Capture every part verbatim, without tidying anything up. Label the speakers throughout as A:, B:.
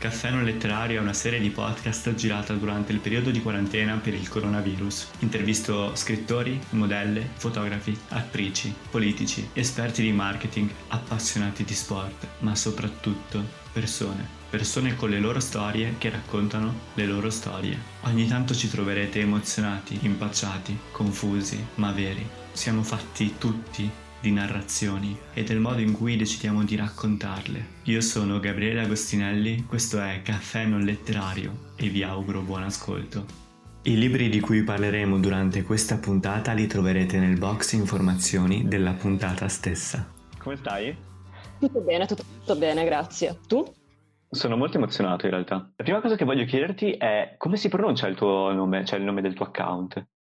A: Caffè non letterario è una serie di podcast girata durante il periodo di quarantena per il coronavirus. Intervisto scrittori, modelle, fotografi, attrici, politici, esperti di marketing, appassionati di sport, ma soprattutto persone. Persone con le loro storie che raccontano le loro storie. Ogni tanto ci troverete emozionati, impacciati, confusi, ma veri. Siamo fatti tutti di narrazioni e del modo in cui decidiamo di raccontarle. Io sono Gabriele Agostinelli, questo è Caffè non letterario e vi auguro buon ascolto. I libri di cui parleremo durante questa puntata li troverete nel box informazioni della puntata stessa. Come stai?
B: Tutto bene, tutto, tutto bene, grazie. Tu?
A: Sono molto emozionato in realtà. La prima cosa che voglio chiederti è come si pronuncia il tuo nome, cioè il nome del tuo account?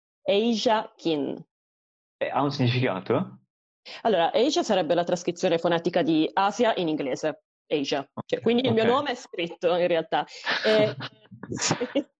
B: Asia Kin.
A: E ha un significato?
B: Allora, Asia sarebbe la trascrizione fonetica di Asia in inglese, Asia. Cioè, quindi il mio
A: Ok.
B: nome è scritto in realtà. E, sì.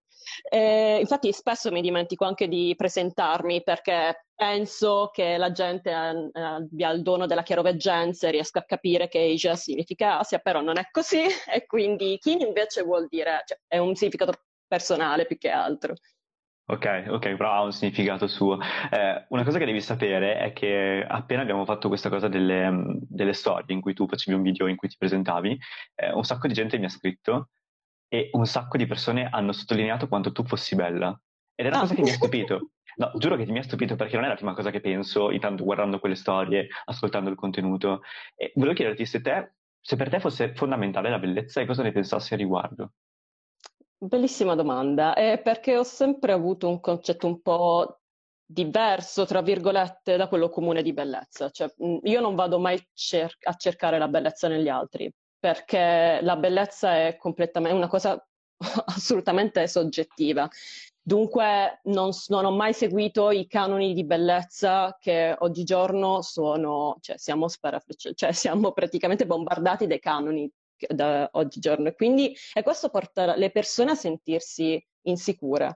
B: E, infatti spesso mi dimentico anche di presentarmi perché penso che la gente eh, abbia il dono della chiaroveggenza e riesca a capire che Asia significa Asia, però non è così e quindi Kin invece vuol dire, cioè, è un significato personale più che altro.
A: Ok, ok, però ha un significato suo. Eh, una cosa che devi sapere è che appena abbiamo fatto questa cosa delle, mm, delle storie in cui tu facevi un video in cui ti presentavi, eh, un sacco di gente mi ha scritto e un sacco di persone hanno sottolineato quanto tu fossi bella. Ed è una
B: Ah.
A: cosa che mi ha stupito. No, giuro che ti mi ha stupito perché non è la prima cosa che penso, intanto guardando quelle storie, ascoltando il contenuto. E volevo chiederti se te, se per te fosse fondamentale la bellezza e cosa ne pensassi a riguardo.
B: Bellissima domanda, è perché ho sempre avuto un concetto un po' diverso, tra virgolette, da quello comune di bellezza. Cioè, mh, io non vado mai cer- a cercare la bellezza negli altri, perché la bellezza è completamente una cosa assolutamente soggettiva. Dunque non, s- non ho mai seguito i canoni di bellezza che oggigiorno sono, cioè siamo, spara- cioè siamo praticamente bombardati dai canoni che- da oggigiorno. E quindi e questo porta le persone a sentirsi insicure.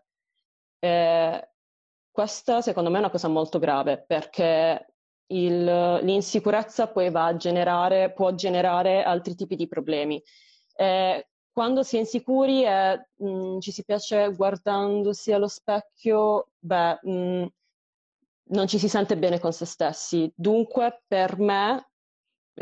B: Eh, Questa secondo me è una cosa molto grave perché il- l'insicurezza poi va a generare, può generare altri tipi di problemi. Eh, quando si è insicuri e mh, ci si piace guardandosi allo specchio, beh, mh, non ci si sente bene con se stessi. Dunque, per me, eh,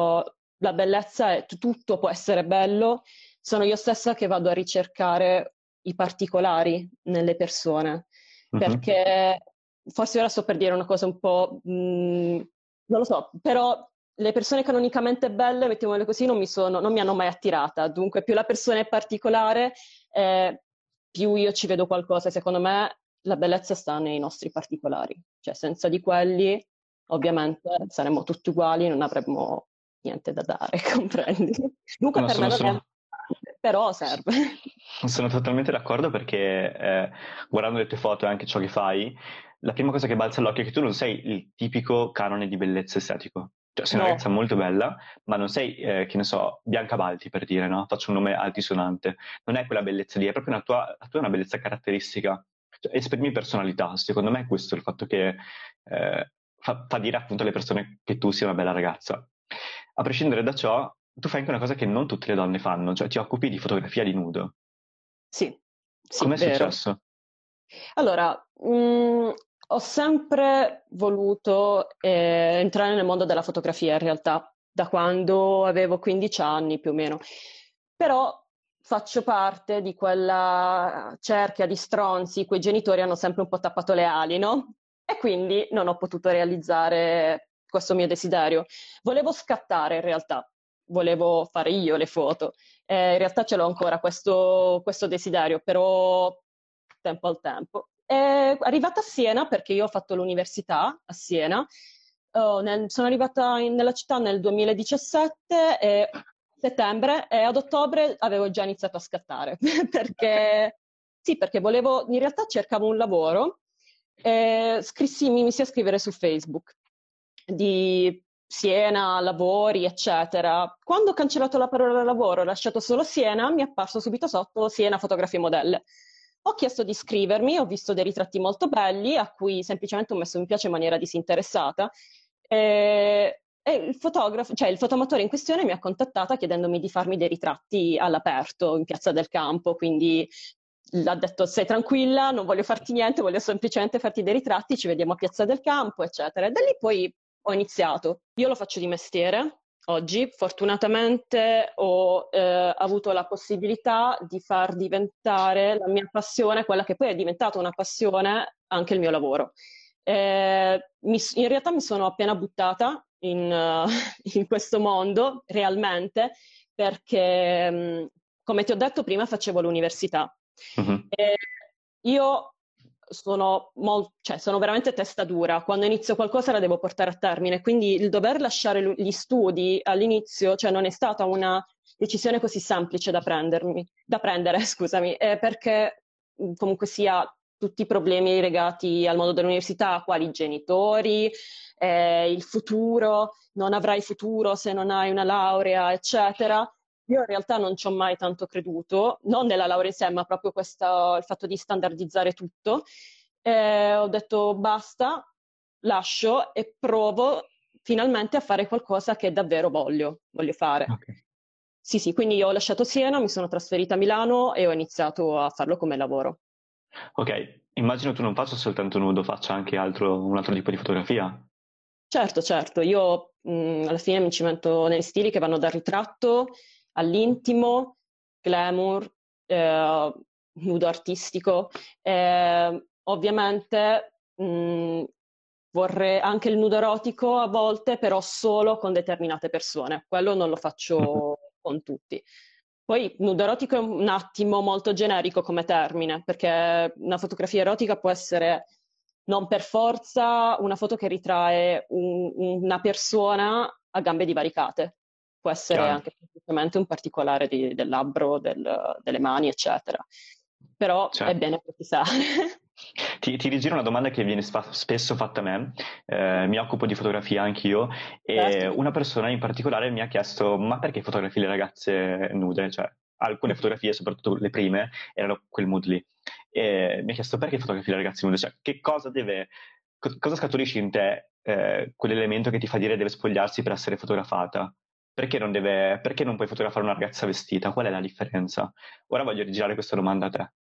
B: la bellezza è tutto può essere bello, sono io stessa che vado a ricercare i particolari nelle persone,
A: Mhm.
B: perché forse ora sto per dire una cosa un po', mh, non lo so, però le persone canonicamente belle, mettiamole così, non mi sono, non mi hanno mai attirata, dunque più la persona è particolare, eh, più io ci vedo qualcosa. Secondo me la bellezza sta nei nostri particolari, cioè senza di quelli ovviamente saremmo tutti uguali, non avremmo niente da dare, comprendi? Dunque
A: No,
B: per me
A: sono,
B: non è
A: sono,
B: importante, però serve.
A: sono totalmente d'accordo perché eh, guardando le tue foto e anche ciò che fai, la prima cosa che balza all'occhio è che tu non sei il tipico canone di bellezza estetico. Cioè, sei una
B: No,
A: ragazza molto bella, ma non sei, eh, che ne so, Bianca Balti per dire, no? Faccio un nome altisonante. Non è quella bellezza lì, è proprio una tua, la tua è una bellezza caratteristica. Cioè, esprimi personalità. Secondo me questo è il fatto che eh, fa, fa dire appunto alle persone che tu sia una bella ragazza. A prescindere da ciò, tu fai anche una cosa che non tutte le donne fanno, cioè ti occupi di fotografia di nudo.
B: sì, sì,
A: Com'è
B: vero.
A: successo?
B: Allora, mh, ho sempre voluto eh, entrare nel mondo della fotografia in realtà, da quando avevo quindici anni più o meno. Però faccio parte di quella cerchia di stronzi, quei genitori hanno sempre un po' tappato le ali, no? E quindi non ho potuto realizzare questo mio desiderio. Volevo scattare in realtà, volevo fare io le foto. Eh, in realtà ce l'ho ancora questo, questo desiderio, però tempo al tempo. È arrivata a Siena perché io ho fatto l'università a Siena. Oh, nel- sono arrivata in- nella città nel duemiladiciassette e settembre e ad ottobre avevo già iniziato a scattare perché sì, perché volevo, in realtà cercavo un lavoro e scrissi, mi iniziai a scrivere su Facebook di Siena, lavori, eccetera. Quando ho cancellato la parola lavoro, ho lasciato solo Siena, mi è apparso subito sotto Siena Fotografie e Modelle. Ho chiesto di iscrivermi, ho visto dei ritratti molto belli a cui semplicemente ho messo mi piace in maniera disinteressata. E E il fotografo, cioè il fotoamatore in questione mi ha contattata chiedendomi di farmi dei ritratti all'aperto in Piazza del Campo, quindi l'ha detto stai tranquilla, non voglio farti niente, voglio semplicemente farti dei ritratti, ci vediamo a Piazza del Campo, eccetera. E da lì poi ho iniziato. Io lo faccio di mestiere oggi, fortunatamente ho eh, avuto la possibilità di far diventare la mia passione, quella che poi è diventata una passione, anche il mio lavoro. Eh, mi, in realtà mi sono appena buttata in, uh, in questo mondo, realmente, perché, mh, come ti ho detto prima, facevo l'università.
A: Mhm.
B: E io sono, mol- cioè, sono veramente testa dura, quando inizio qualcosa la devo portare a termine, quindi il dover lasciare l- gli studi all'inizio, cioè non è stata una decisione così semplice da prendermi, da prendere, scusami, eh, perché mh, comunque sia tutti i problemi legati al mondo dell'università, quali genitori, eh, il futuro, non avrai futuro se non hai una laurea, eccetera. Io in realtà non ci ho mai tanto creduto, non nella laurea in sé, ma proprio questo, il fatto di standardizzare tutto. Eh, ho detto basta, lascio e provo finalmente a fare qualcosa che davvero voglio, voglio fare.
A: Ok.
B: Sì, sì, quindi ho lasciato Siena, mi sono trasferita a Milano e ho iniziato a farlo come lavoro.
A: Ok, immagino tu non faccia soltanto nudo, faccia anche altro, un altro tipo di fotografia.
B: Certo, certo, io mh, alla fine mi cimento negli stili che vanno dal ritratto all'intimo, glamour, eh, nudo artistico. Eh, ovviamente mh, vorrei anche il nudo erotico a volte, però solo con determinate persone. Quello non lo
A: Mhm.
B: faccio con tutti. Poi nudo erotico è un attimo molto generico come termine, perché una fotografia erotica può essere non per forza una foto che ritrae un- una persona a gambe divaricate, può essere
A: Chiaro.
B: anche semplicemente un particolare di- del labbro, del- delle mani, eccetera. Però è
A: Certo.
B: bene precisare.
A: Ti, ti rigiro una domanda che viene sfa- spesso fatta a me, eh, mi occupo di fotografia anch'io e
B: Certo.
A: una persona in particolare mi ha chiesto ma perché fotografi le ragazze nude? Cioè, alcune fotografie, soprattutto le prime, erano quel mood lì. E mi ha chiesto perché fotografi le ragazze nude? Cioè, che cosa deve, co- cosa scaturisce in te eh, quell'elemento che ti fa dire deve spogliarsi per essere fotografata? Perché non deve, perché non puoi fotografare una ragazza vestita? Qual è la differenza? Ora voglio rigirare questa domanda a te.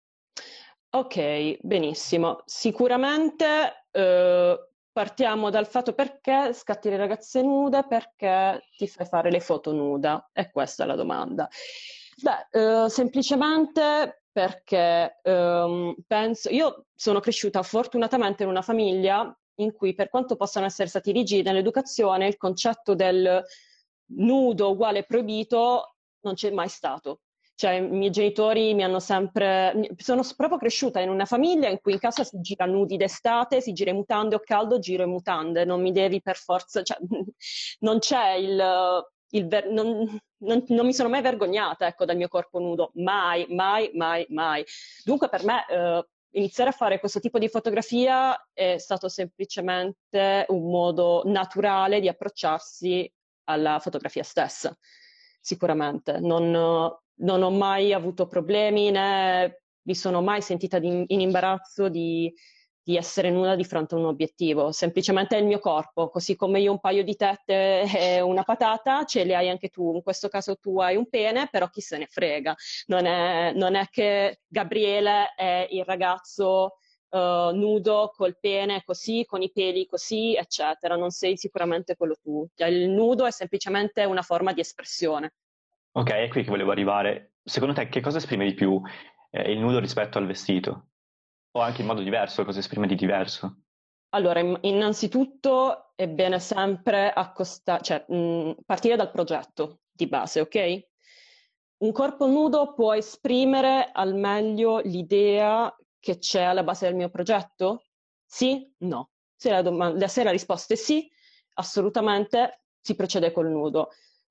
B: Ok, benissimo. Sicuramente eh, partiamo dal fatto perché scatti le ragazze nude, perché ti fai fare le foto nuda? E questa è la domanda. Beh, eh, semplicemente perché ehm, penso, io sono cresciuta fortunatamente in una famiglia in cui, per quanto possano essere stati rigidi nell'educazione, il concetto del nudo uguale proibito non c'è mai stato. Cioè, i miei genitori mi hanno sempre... Sono proprio cresciuta in una famiglia in cui in casa si gira nudi d'estate, si gira in mutande o caldo, giro in mutande. Non mi devi per forza... Cioè, non c'è il... il ver- non, non- non mi sono mai vergognata, ecco, dal mio corpo nudo. Mai, mai, mai, mai. Dunque, per me... eh, iniziare a fare questo tipo di fotografia è stato semplicemente un modo naturale di approcciarsi alla fotografia stessa, sicuramente. Non, non ho mai avuto problemi né mi sono mai sentita di- in imbarazzo di, di essere nuda di fronte a un obiettivo. Semplicemente è il mio corpo, così come io un paio di tette e una patata, ce le hai anche tu. In questo caso tu hai un pene, però chi se ne frega. Non è, non è che Gabriele è il ragazzo uh, nudo col pene così, con i peli così, eccetera. Non sei sicuramente quello tu. Cioè, il nudo è semplicemente una forma di espressione.
A: Ok, è qui che volevo arrivare. Secondo te che cosa esprime di più eh, il nudo rispetto al vestito? O anche in modo diverso, cosa esprime di diverso?
B: Allora, in- innanzitutto è bene sempre accosta- cioè, mh, partire dal progetto di base, ok? Un corpo nudo può esprimere al meglio l'idea che c'è alla base del mio progetto? Sì? No. Se la, doma- se la risposta è sì, assolutamente si procede col nudo.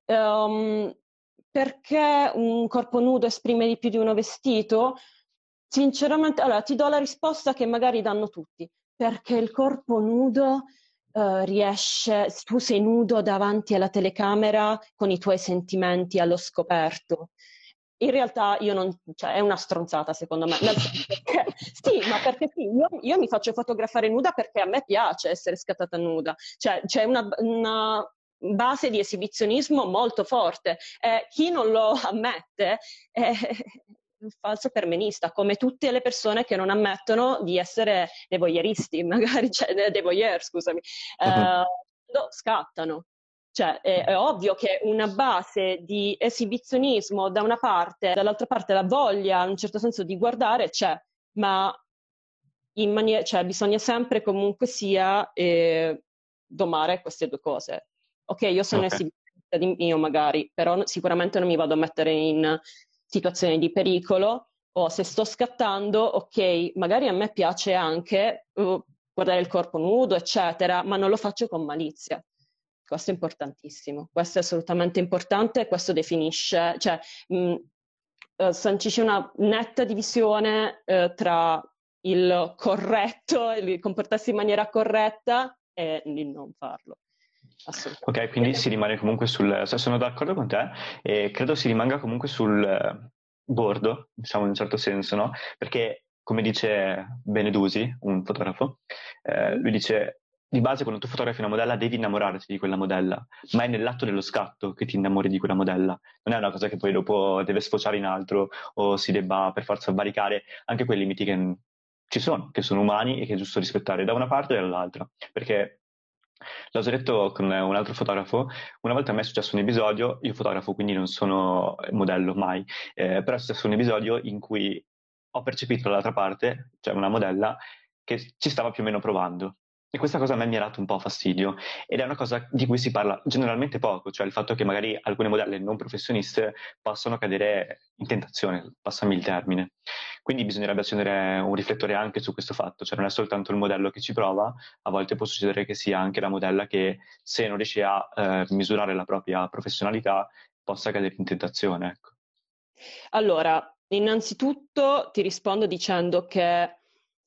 B: Ehm, perché un corpo nudo esprime di più di uno vestito? Sinceramente, allora ti do la risposta che magari danno tutti, perché il corpo nudo eh, riesce, tu sei nudo davanti alla telecamera con i tuoi sentimenti allo scoperto. In realtà io non, cioè, è una stronzata secondo me, nel senso che sì, ma perché sì, io, io mi faccio fotografare nuda perché a me piace essere scattata nuda, cioè c'è una, una base di esibizionismo molto forte. Eh, chi non lo ammette è un falso permenista, come tutte le persone che non ammettono di essere dei voyeuristi, magari, cioè, dei voyeur, scusami, eh, no, scattano. Cioè, è, è ovvio che una base di esibizionismo da una parte, dall'altra parte la voglia, in un certo senso, di guardare c'è, ma in maniera, cioè, bisogna sempre comunque sia eh, domare queste due cose. Ok, io sono
A: Ok.
B: esibizionista di mio magari, però sicuramente non mi vado a mettere in situazioni di pericolo, o se sto scattando, ok, magari a me piace anche uh, guardare il corpo nudo, eccetera, ma non lo faccio con malizia. Questo è importantissimo, questo è assolutamente importante e questo definisce, cioè mh, eh, sancisce una netta divisione eh, tra il corretto, il comportarsi in maniera corretta e il non farlo. Assolutamente.
A: Ok, quindi si rimane comunque sul... se sono d'accordo con te e credo si rimanga comunque sul eh, bordo, diciamo in un certo senso, no? Perché, come dice Benedusi, un fotografo, eh, lui dice, di base quando tu fotografi una modella devi innamorarti di quella modella, ma è nell'atto dello scatto che ti innamori di quella modella. Non è una cosa che poi dopo deve sfociare in altro o si debba per forza varicare anche quei limiti che mm, ci sono, che sono umani e che è giusto rispettare da una parte e dall'altra. Perché l'ho già detto con un altro fotografo, una volta a me è successo un episodio, io fotografo quindi non sono modello mai, eh, però è successo un episodio in cui ho percepito dall'altra parte, cioè una modella, che ci stava più o meno provando. E questa cosa a me mi ha dato un po' fastidio ed è una cosa di cui si parla generalmente poco, cioè il fatto che magari alcune modelle non professioniste possono cadere in tentazione, passami il termine. Quindi bisognerebbe accendere un riflettore anche su questo fatto, cioè non è soltanto il modello che ci prova, a volte può succedere che sia anche la modella che, se non riesce a eh, misurare la propria professionalità, possa cadere in tentazione. Ecco.
B: Allora, innanzitutto ti rispondo dicendo che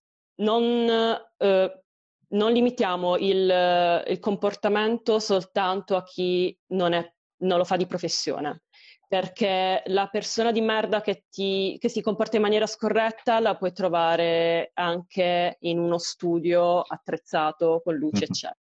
B: non, eh, non limitiamo il, il comportamento soltanto a chi non, è, non lo fa di professione, perché la persona di merda che, ti, che si comporta in maniera scorretta la puoi trovare anche in uno studio attrezzato con luci,
A: Mhm.
B: eccetera.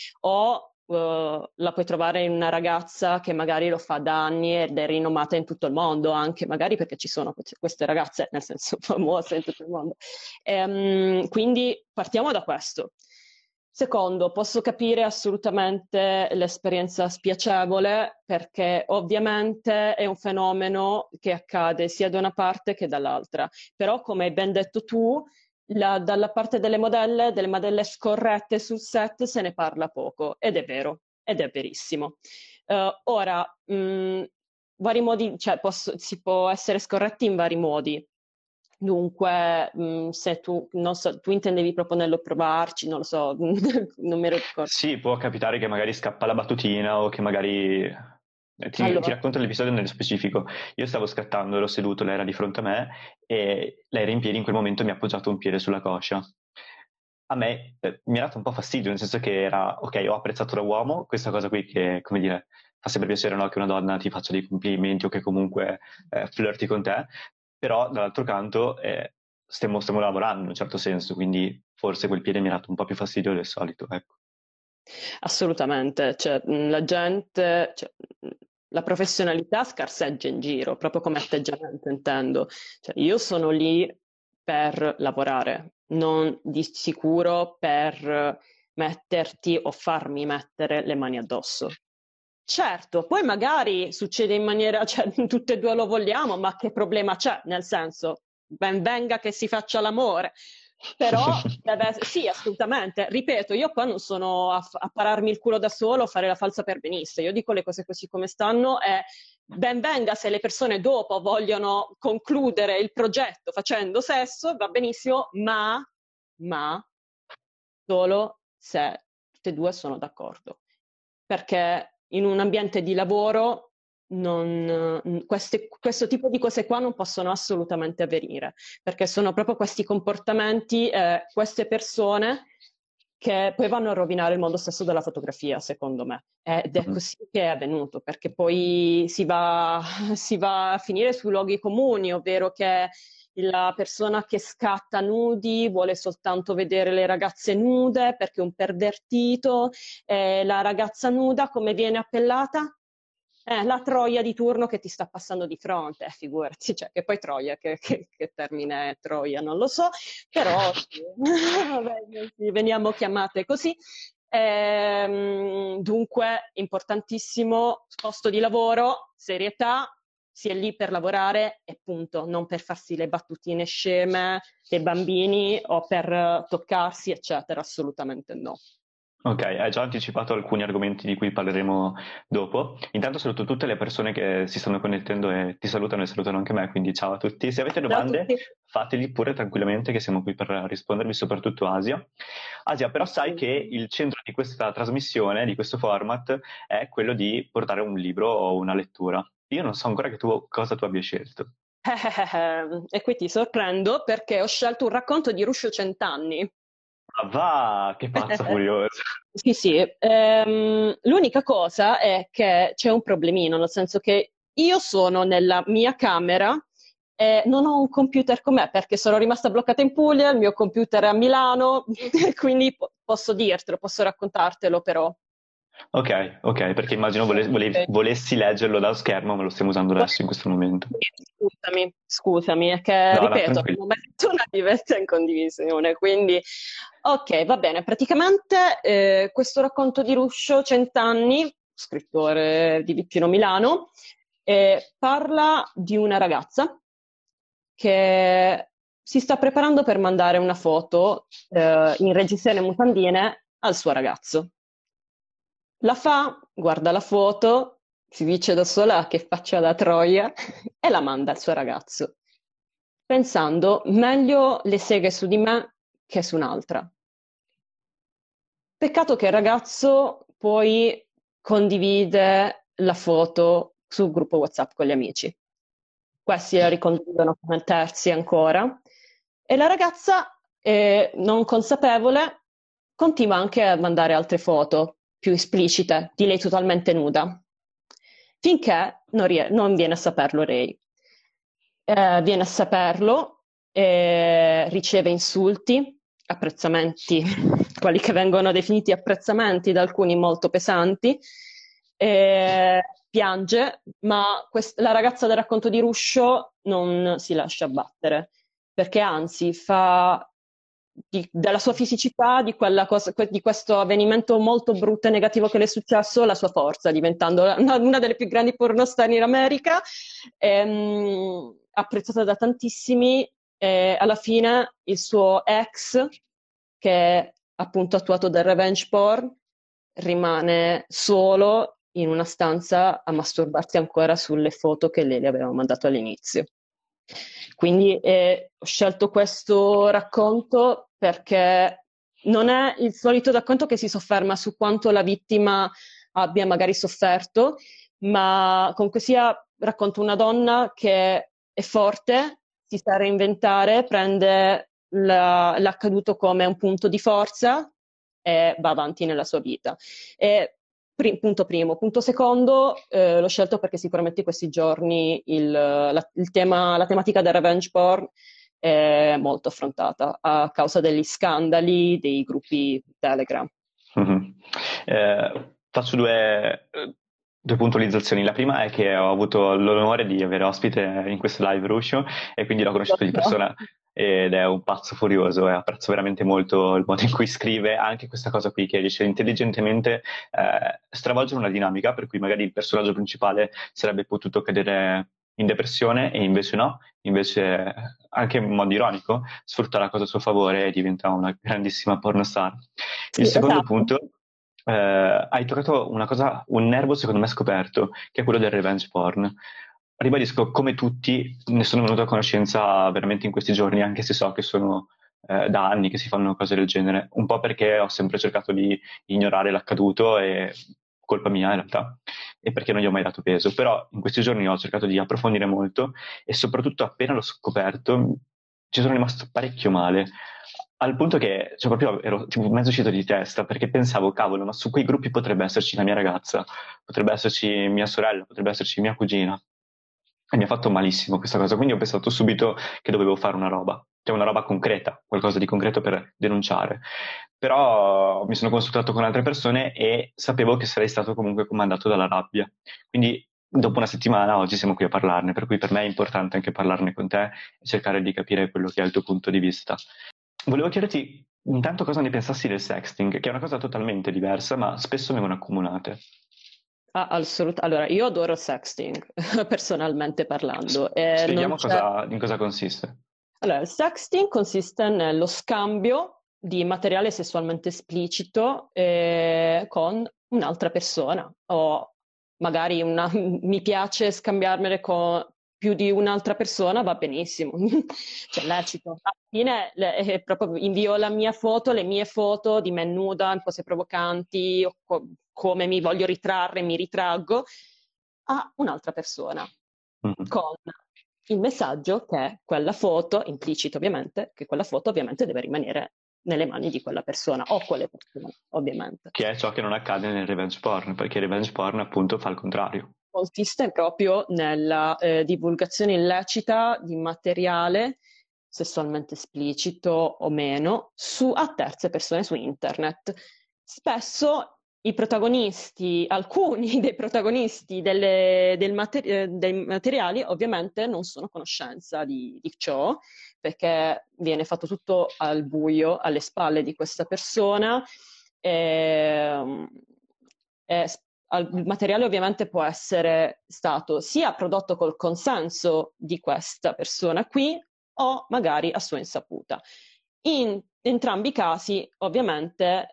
B: O Uh, la puoi trovare in una ragazza che magari lo fa da anni ed è rinomata in tutto il mondo, anche magari perché ci sono queste ragazze, nel senso famose in tutto il mondo. Ehm, quindi partiamo da questo. Secondo, posso capire assolutamente l'esperienza spiacevole perché ovviamente è un fenomeno che accade sia da una parte che dall'altra, però come hai ben detto tu, la, dalla parte delle modelle, delle modelle scorrette sul set se ne parla poco ed è vero, ed è verissimo. Uh, ora, mh, vari modi, cioè posso, si può essere scorretti in vari modi. Dunque, mh, se tu, non so, tu intendevi proprio nello provarci, non lo so, non mi ricordo.
A: Sì, può capitare che magari scappa la battutina o che magari... eh, Ti, ti
B: Allora,
A: racconto l'episodio nello specifico. Io stavo scattando, ero seduto, lei era di fronte a me e lei era in piedi, in quel momento mi ha appoggiato un piede sulla coscia. A me eh, mi ha dato un po' fastidio, nel senso che era, ok, ho apprezzato da uomo questa cosa qui che, come dire, fa sempre piacere, no, che una donna ti faccia dei complimenti o che comunque eh, flirti con te, però dall'altro canto eh, stiamo, stiamo lavorando in un certo senso, quindi forse quel piede mi ha dato un po' più fastidio del solito, ecco.
B: assolutamente, cioè, mh, la gente, cioè, mh, la professionalità scarseggia in giro, proprio come atteggiamento intendo. Cioè, io sono lì per lavorare, non di sicuro per metterti o farmi mettere le mani addosso. Certo, poi magari succede in maniera, cioè tutte e due lo vogliamo, ma che problema c'è? Nel senso, ben venga che si faccia l'amore, però deve essere, sì, assolutamente. Ripeto, io qua non sono a, a pararmi il culo da solo, a fare la falsa perbenista. Io dico le cose così come stanno e ben venga se le persone dopo vogliono concludere il progetto facendo sesso, va benissimo, ma, ma solo se tutte e due sono d'accordo. Perché in un ambiente di lavoro non, queste, questo tipo di cose qua non possono assolutamente avvenire, perché sono proprio questi comportamenti, eh, queste persone che poi vanno a rovinare il mondo stesso della fotografia, secondo me. Ed è così che è avvenuto, perché poi si va, si va a finire sui luoghi comuni, ovvero che la persona che scatta nudi vuole soltanto vedere le ragazze nude perché è un pervertito, eh, la ragazza nuda come viene appellata? Eh, la Troia di turno che ti sta passando di fronte, eh, figurati, cioè che poi Troia, che, che, che termine è Troia, non lo so, però sì, vabbè, sì, veniamo chiamate così. Ehm, dunque, importantissimo, posto di lavoro, serietà, si è lì per lavorare e punto, non per farsi le battutine sceme dei bambini o per toccarsi, eccetera, assolutamente no.
A: Ok, hai già anticipato alcuni argomenti di cui parleremo dopo. Intanto saluto tutte le persone che si stanno connettendo e ti salutano e salutano anche me, quindi ciao a tutti. Se avete
B: Ciao a
A: domande,
B: tutti.
A: fateli pure tranquillamente che siamo qui per rispondervi, soprattutto Asia. Asia, però sai che il centro di questa trasmissione, di questo format, è quello di portare un libro o una lettura. Io non so ancora che tu, cosa tu abbia scelto.
B: E qui ti sorprendo perché ho scelto un racconto di Ruscio Centanni.
A: Ma va, che pazza furiosa!
B: Sì, sì. Ehm, l'unica cosa è che c'è un problemino, nel senso che io sono nella mia camera e non ho un computer con me perché sono rimasta bloccata in Puglia, il mio computer è a Milano, quindi po- posso dirtelo, posso raccontartelo però.
A: Ok, ok, perché immagino vole- vole-
B: Ok.
A: volessi leggerlo dallo schermo, ma lo stiamo usando adesso in questo momento.
B: Scusami, scusami, è che
A: No, no,
B: ripeto,
A: tranquillo.
B: abbiamo messo una diversa in condivisione, quindi ok, va bene. Praticamente eh, questo racconto di Ruscio, Cent'anni, scrittore di Vicino Milano, eh, parla di una ragazza che si sta preparando per mandare una foto eh, in reggiseno e mutandine al suo ragazzo. La fa, guarda la foto, si dice da sola che faccia da troia e la manda al suo ragazzo, pensando meglio le seghe su di me che su un'altra. Peccato che il ragazzo poi condivide la foto sul gruppo WhatsApp con gli amici. Questi la ricondividono come terzi ancora e la ragazza, eh, non consapevole, continua anche a mandare altre foto più esplicite di lei totalmente nuda, finché non, rie- non viene a saperlo lei. Eh, viene a saperlo e riceve insulti, apprezzamenti, quelli che vengono definiti apprezzamenti da alcuni molto pesanti, e piange, ma quest- la ragazza del racconto di Ruscio non si lascia abbattere, perché anzi fa di- della sua fisicità, di, quella cosa- que- di questo avvenimento molto brutto e negativo che le è successo, la sua forza, diventando una, una delle più grandi pornostar in America, ehm, apprezzata da tantissimi. E alla fine il suo ex, che è appunto attuato dal revenge porn, rimane solo in una stanza a masturbarsi ancora sulle foto che lei le aveva mandato all'inizio. Quindi eh, ho scelto questo racconto perché non è il solito racconto che si sofferma su quanto la vittima abbia magari sofferto, ma comunque sia racconto una donna che è forte, si sa reinventare, prende la- l'accaduto come un punto di forza e va avanti nella sua vita. E Pri- punto primo. Punto secondo, eh, l'ho scelto perché sicuramente in questi giorni il, la, il tema, la tematica del revenge porn è molto affrontata a causa degli scandali dei gruppi Telegram.
A: Mhm. Eh, faccio due, due puntualizzazioni. La prima è che ho avuto l'onore di avere ospite in questo live Ruscio e quindi l'ho
B: Lo
A: conosciuto di
B: so.
A: persona ed è un pazzo furioso e apprezzo veramente molto il modo in cui scrive, anche questa cosa qui che riesce intelligentemente eh, stravolgere una dinamica per cui magari il personaggio principale sarebbe potuto cadere in depressione e invece no, invece anche in modo ironico sfrutta la cosa a suo favore e diventa una grandissima pornostar. Il
B: Sì,
A: secondo
B: esatto.
A: punto, eh, hai toccato una cosa, un nervo secondo me scoperto, che è quello del revenge porn. Ribadisco, come tutti, ne sono venuto a conoscenza veramente in questi giorni, anche se so che sono eh, da anni che si fanno cose del genere, un po' perché ho sempre cercato di ignorare l'accaduto e colpa mia in realtà, e perché non gli ho mai dato peso, però in questi giorni ho cercato di approfondire molto e soprattutto appena l'ho scoperto ci sono rimasto parecchio male, al punto che cioè, proprio ero tipo mezzo uscito di testa perché pensavo, cavolo, ma su quei gruppi potrebbe esserci la mia ragazza, potrebbe esserci mia sorella, potrebbe esserci mia cugina. E mi ha fatto malissimo questa cosa, quindi ho pensato subito che dovevo fare una roba, cioè una roba concreta, qualcosa di concreto per denunciare. Però mi sono consultato con altre persone e sapevo che sarei stato comunque comandato dalla rabbia. Quindi dopo una settimana oggi siamo qui a parlarne, per cui per me è importante anche parlarne con te e cercare di capire quello che è il tuo punto di vista. Volevo chiederti intanto cosa ne pensassi del sexting, che è una cosa totalmente diversa, ma spesso vengono accomunate.
B: Ah, assolut- allora, io adoro sexting, personalmente
A: S-
B: parlando. E non
A: Spieghiamo
B: c'è...
A: cosa, in cosa consiste.
B: Allora, il sexting consiste nello scambio di materiale sessualmente esplicito eh, con un'altra persona o magari una- mi piace scambiarmele con più di un'altra persona, va benissimo, cioè lecito. Alla fine le- eh, proprio invio la mia foto, le mie foto di me nuda, in pose provocanti, o co- come mi voglio ritrarre, mi ritraggo a un'altra persona
A: Mhm.
B: con il messaggio che quella foto, implicito ovviamente, che quella foto ovviamente deve rimanere nelle mani di quella persona o quelle persone, ovviamente.
A: Che è ciò che non accade nel revenge porn, perché il revenge porn appunto fa il contrario.
B: Consiste proprio nella eh, divulgazione illecita di materiale sessualmente esplicito o meno su, a terze persone su internet. Spesso i protagonisti, alcuni dei protagonisti delle, del mater- eh, dei materiali ovviamente non sono a conoscenza di, di ciò, perché viene fatto tutto al buio, alle spalle di questa persona. E, e il materiale ovviamente può essere stato sia prodotto col consenso di questa persona qui o magari a sua insaputa. In entrambi i casi, ovviamente,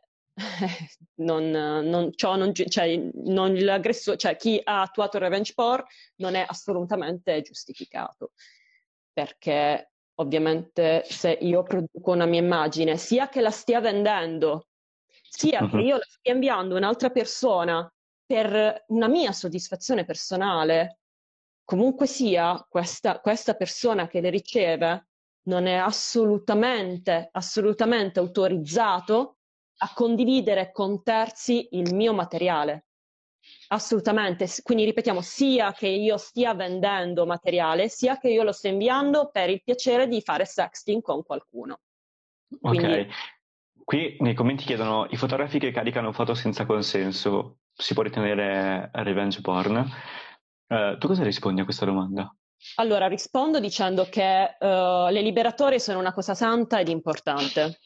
B: non, non, ciò non, cioè, non l'aggressore, cioè chi ha attuato il revenge porn non è assolutamente giustificato, perché ovviamente se io produco una mia immagine, sia che la stia vendendo, sia che
A: Mhm.
B: io la stia inviando a un'altra persona per una mia soddisfazione personale, comunque sia questa, questa persona che le riceve non è assolutamente, assolutamente autorizzato a condividere con terzi il mio materiale. Assolutamente. Quindi ripetiamo, sia che io stia vendendo materiale, sia che io lo stia inviando per il piacere di fare sexting con qualcuno. Quindi
A: Ok, qui nei commenti chiedono i fotografi che caricano foto senza consenso si può ritenere revenge porn? Eh, tu cosa rispondi a questa domanda?
B: allora, rispondo dicendo che uh, le liberatorie sono una cosa santa ed importante.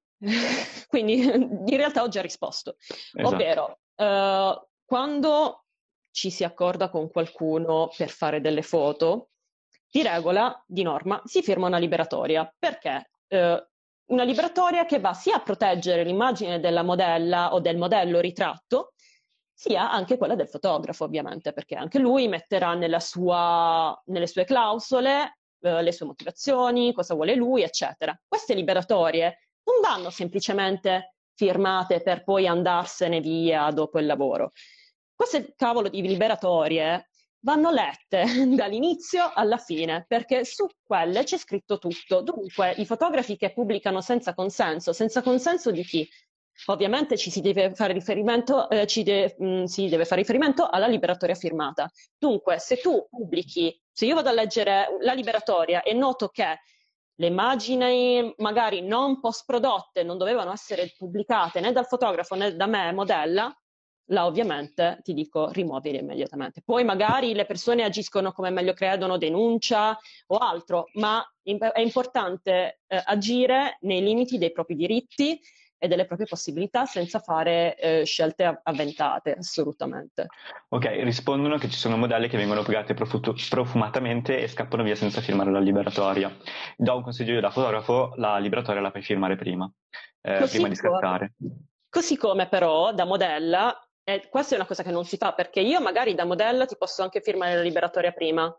B: Quindi in realtà ho già risposto,
A: Esatto.
B: ovvero uh, quando ci si accorda con qualcuno per fare delle foto, di regola, di norma, si firma una liberatoria. Perché? Uh, una liberatoria che va sia a proteggere l'immagine della modella o del modello ritratto, sia anche quella del fotografo, ovviamente, perché anche lui metterà nella sua, nelle sue clausole eh, le sue motivazioni, cosa vuole lui, eccetera. Queste liberatorie non vanno semplicemente firmate per poi andarsene via dopo il lavoro. Queste cavolo di liberatorie vanno lette dall'inizio alla fine, perché su quelle c'è scritto tutto. Dunque, i fotografi che pubblicano senza consenso, senza consenso di chi? Ovviamente ci si deve fare riferimento, eh, ci de- mh, si deve fare riferimento alla liberatoria firmata. Dunque, se tu pubblichi, se io vado a leggere la liberatoria e noto che le immagini magari non post prodotte non dovevano essere pubblicate né dal fotografo né da me, modella, là ovviamente ti dico rimuovile immediatamente. Poi magari le persone agiscono come meglio credono, denuncia o altro, ma è importante eh, agire nei limiti dei propri diritti e delle proprie possibilità senza fare eh, scelte avventate, assolutamente.
A: Ok, rispondono che ci sono modelli che vengono pagate profutu- profumatamente e scappano via senza firmare la liberatoria. Do un consiglio io da fotografo, la liberatoria la puoi firmare prima, eh, prima
B: Così
A: di
B: come,
A: scattare.
B: così come però da modella, e questa è una cosa che non si fa perché io magari da modella ti posso anche firmare la liberatoria prima,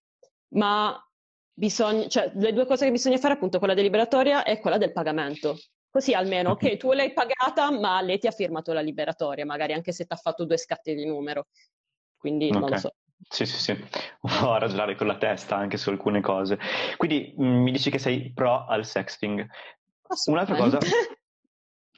B: ma bisogna, cioè, le due cose che bisogna fare appunto quella deliberatoria e quella del pagamento. Così almeno,
A: Mhm.
B: ok, tu l'hai pagata, ma lei ti ha firmato la liberatoria, magari anche se ti ha fatto due scatti di numero. Quindi non
A: Ok,
B: so.
A: sì, sì, sì, ho a ragionare con la testa anche su alcune cose. Quindi mh, mi dici che sei pro al sexting. Un'altra
B: Assolutamente.
A: cosa,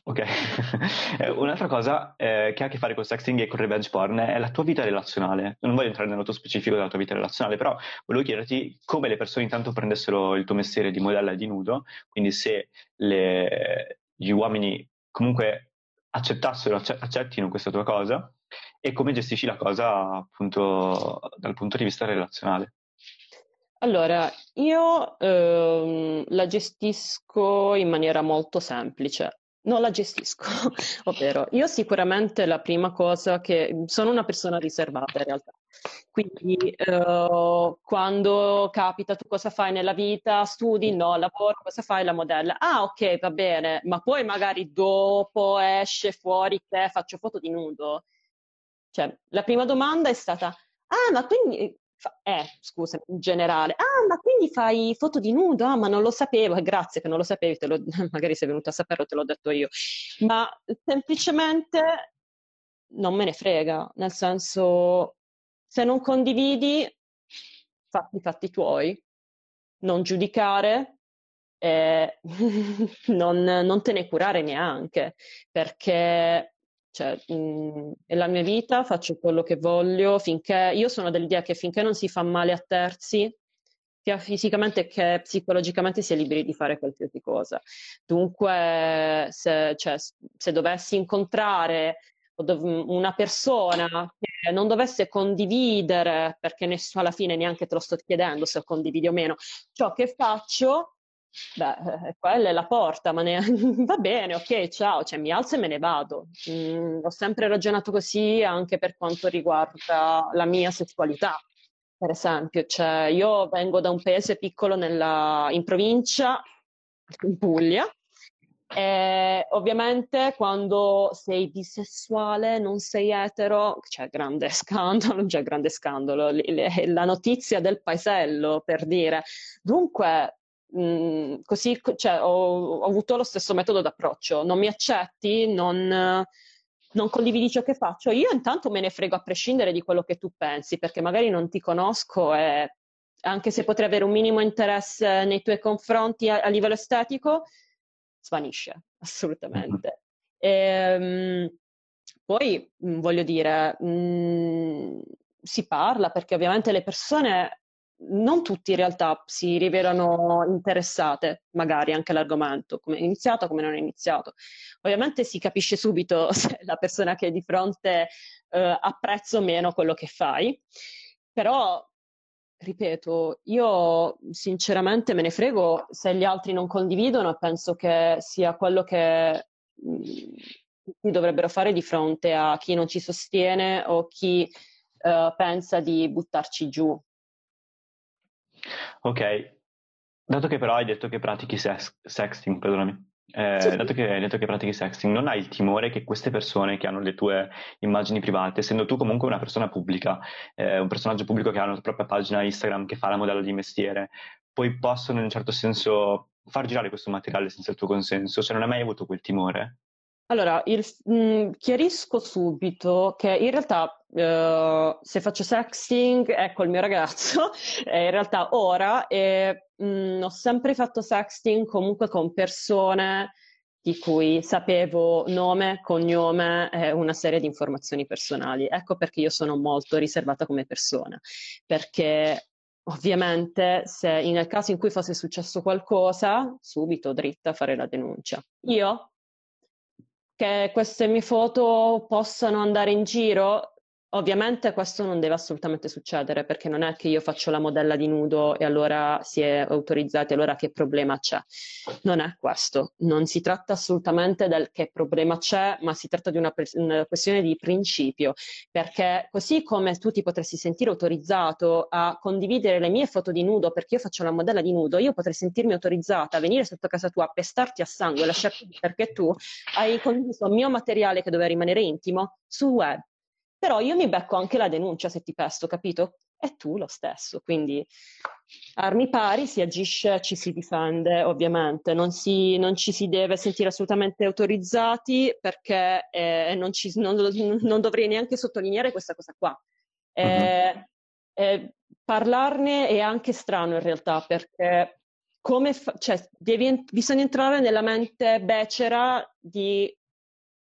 A: Ok. Eh, Un'altra cosa eh, che ha a che fare con sexting e con revenge porn è la tua vita relazionale. Non voglio entrare nello specifico della tua vita relazionale, però volevo chiederti come le persone intanto prendessero il tuo mestiere di modella e di nudo, quindi se le- gli uomini comunque accettassero, acce- accettino questa tua cosa e come gestisci la cosa appunto dal punto di vista relazionale.
B: Allora, io ehm, la gestisco in maniera molto semplice. Non la gestisco, ovvero io sicuramente la prima cosa che sono una persona riservata in realtà. Quindi eh, quando capita tu cosa fai nella vita, studi, no, lavoro, cosa fai la modella? Ah, ok, va bene, ma poi magari dopo esce fuori che faccio foto di nudo. Cioè, la prima domanda è stata: ah, ma quindi, fa- eh, scusa, in generale, ah, ma quindi fai foto di nudo? Ah, ma non lo sapevo, e grazie che non lo sapevi, te lo- magari sei venuta a saperlo, te l'ho detto io. Ma semplicemente non me ne frega, nel senso, se non condividi, fatti i fatti tuoi, non giudicare, e non, non te ne curare neanche, perché cioè, mh, è la mia vita, faccio quello che voglio, finché io sono dell'idea che finché non si fa male a terzi, sia fisicamente che psicologicamente si è liberi di fare qualsiasi cosa. Dunque, se, cioè, se dovessi incontrare una persona che non dovesse condividere, perché nessuno alla fine neanche te lo sto chiedendo se condividi o meno, ciò che faccio, beh, eh, quella è la porta, ma ne... va bene, ok, ciao, cioè mi alzo e me ne vado. Mm, ho sempre ragionato così anche per quanto riguarda la mia sessualità. Per esempio, cioè, io vengo da un paese piccolo nella- in provincia, in Puglia, e ovviamente quando sei bisessuale, non sei etero, c'è grande scandalo, c'è grande scandalo, le- le- la notizia del paesello, per dire. Dunque, mh, così, cioè, ho, ho avuto lo stesso metodo d'approccio. Non mi accetti, non, non condividi ciò che faccio. Io intanto me ne frego a prescindere di quello che tu pensi, perché magari non ti conosco e anche se potrei avere un minimo interesse nei tuoi confronti a, a livello estetico, svanisce
A: Mhm.
B: assolutamente. Ehm, poi mh, voglio dire, mh, si parla perché ovviamente le persone, non tutti in realtà si rivelano interessate, magari anche all'argomento, come è iniziato, come non è iniziato. Ovviamente si capisce subito se la persona che è di fronte eh, apprezza o meno quello che fai, però ripeto, io sinceramente me ne frego se gli altri non condividono e penso che sia quello che mh, tutti dovrebbero fare di fronte a chi non ci sostiene o chi eh, pensa di buttarci giù.
A: Ok, dato che però hai detto che pratichi sex- sexting, perdonami,
B: Sì,
A: eh,
B: sì.
A: dato che hai detto che pratichi sexting, non hai il timore che queste persone che hanno le tue immagini private, essendo tu comunque una persona pubblica, eh, un personaggio pubblico che ha una propria pagina Instagram, che fa la modella di mestiere, poi possono in un certo senso far girare questo materiale senza il tuo consenso? Cioè non hai mai avuto quel timore?
B: Allora, il- mh, chiarisco subito che in realtà eh, se faccio sexting, ecco il mio ragazzo, eh, in realtà ora eh, mh, ho sempre fatto sexting comunque con persone di cui sapevo nome, cognome e una serie di informazioni personali. Ecco perché io sono molto riservata come persona, perché ovviamente se nel caso in cui fosse successo qualcosa, subito dritta a fare la denuncia. Io? Che queste mie foto possano andare in giro, ovviamente questo non deve assolutamente succedere perché non è che io faccio la modella di nudo e allora si è autorizzati, allora che problema c'è? Non è questo, non si tratta assolutamente del che problema c'è, ma si tratta di una, una questione di principio, perché così come tu ti potresti sentire autorizzato a condividere le mie foto di nudo perché io faccio la modella di nudo, io potrei sentirmi autorizzata a venire sotto casa tua, a pestarti a sangue, lasciarti perché tu hai condiviso il mio materiale che doveva rimanere intimo sul web. Però io mi becco anche la denuncia se ti pesto, capito? E tu lo stesso. Quindi armi pari, si agisce, ci si difende, ovviamente. Non, si, non ci si deve sentire assolutamente autorizzati perché eh, non, ci, non, non dovrei neanche sottolineare questa cosa qua.
A: Mhm.
B: Eh, eh, parlarne è anche strano in realtà perché come fa- cioè, devi en- bisogna entrare nella mente becera di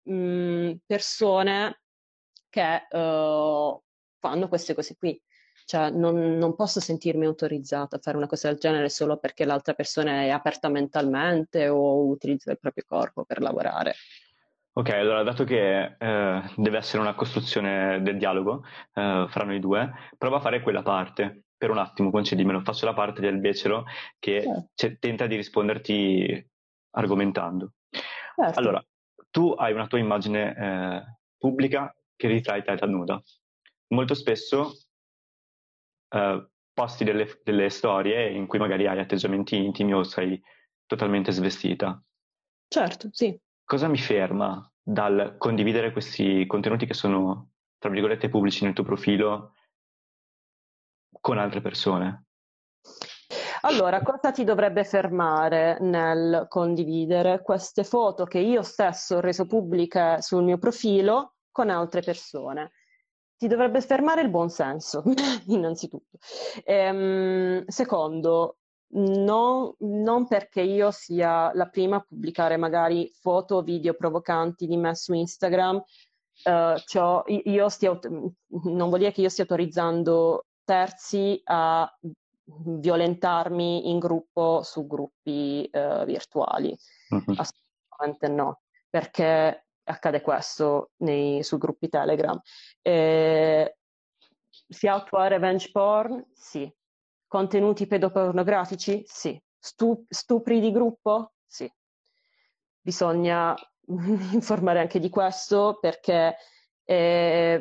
B: mh, persone che uh, fanno queste cose qui. Cioè, non, non posso sentirmi autorizzata a fare una cosa del genere solo perché l'altra persona è aperta mentalmente o utilizza il proprio corpo per lavorare.
A: Ok, allora dato che eh, deve essere una costruzione del dialogo eh, fra noi due, prova a fare quella parte. Per un attimo, concedimelo, faccio la parte del becero che
B: Certo.
A: c- tenta di risponderti argomentando.
B: Certo.
A: Allora, tu hai una tua immagine eh, pubblica che ritrae te da nuda. Molto spesso eh, posti delle, delle storie in cui magari hai atteggiamenti intimi o sei totalmente svestita.
B: Certo, sì.
A: Cosa mi ferma dal condividere questi contenuti che sono, tra virgolette, pubblici nel tuo profilo con altre persone?
B: Allora, cosa ti dovrebbe fermare nel condividere queste foto che io stesso ho reso pubbliche sul mio profilo con altre persone? Ti dovrebbe fermare il buon senso, innanzitutto. Ehm, secondo, non, non perché io sia la prima a pubblicare magari foto o video provocanti di me su Instagram, eh, ciò- io stia, aut- non vuol dire che io stia autorizzando terzi a violentarmi in gruppo su gruppi eh, virtuali.
A: Mhm.
B: Assolutamente no, perché accade questo nei, su gruppi Telegram. Eh, si attua revenge porn? Sì. Contenuti pedopornografici? Sì. Stu- stupri di gruppo? Sì. Bisogna informare anche di questo perché è,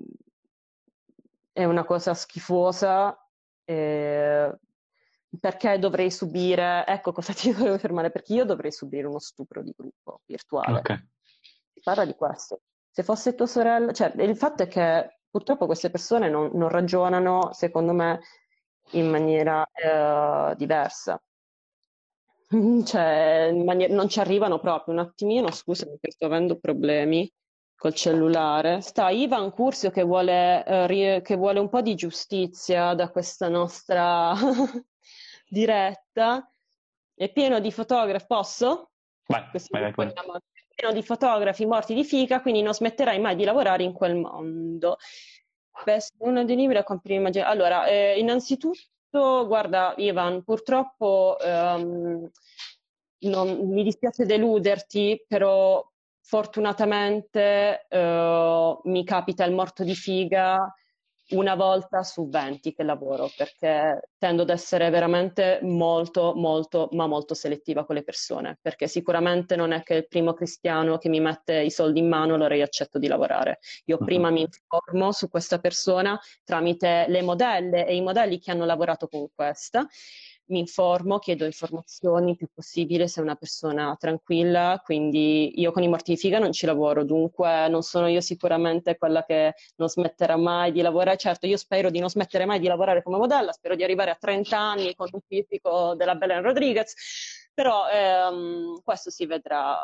B: è una cosa schifosa. eh, perché dovrei subire, ecco cosa ti dovevo fermare, perché io dovrei subire uno stupro di gruppo virtuale.
A: Ok.
B: Si parla di questo. Se fosse tua sorella, cioè il fatto è che purtroppo queste persone non, non ragionano, secondo me, in maniera eh, diversa. Cioè, in maniera- non ci arrivano proprio. Un attimino, scusami, che sto avendo problemi col cellulare. Sta Ivan Curzio che vuole, eh, ri- che vuole un po' di giustizia da questa nostra diretta. È pieno di fotografi, posso?
A: Vai,
B: Così
A: vai, vai pure.
B: vogliamo- è pieno di fotografi morti di figa, quindi non smetterai mai di lavorare in quel mondo. Beh, uno dei libri a comprare immagini. Allora, eh, innanzitutto, guarda, Ivan, purtroppo ehm, non- mi dispiace deluderti, però fortunatamente eh, mi capita il morto di figa una volta su venti che lavoro, perché tendo ad essere veramente molto, molto, ma molto selettiva con le persone, perché sicuramente non è che il primo cristiano che mi mette i soldi in mano allora io accetto di lavorare. Io
A: Mhm.
B: prima mi informo su questa persona tramite le modelle e i modelli che hanno lavorato con questa. Mi informo, chiedo informazioni il più possibile se è una persona tranquilla, quindi io con i morti di figa non ci lavoro, dunque non sono io sicuramente quella che non smetterà mai di lavorare. Certo, io spero di non smettere mai di lavorare come modella, spero di arrivare a trenta anni con un fisico della Belen Rodriguez, però ehm, questo si vedrà.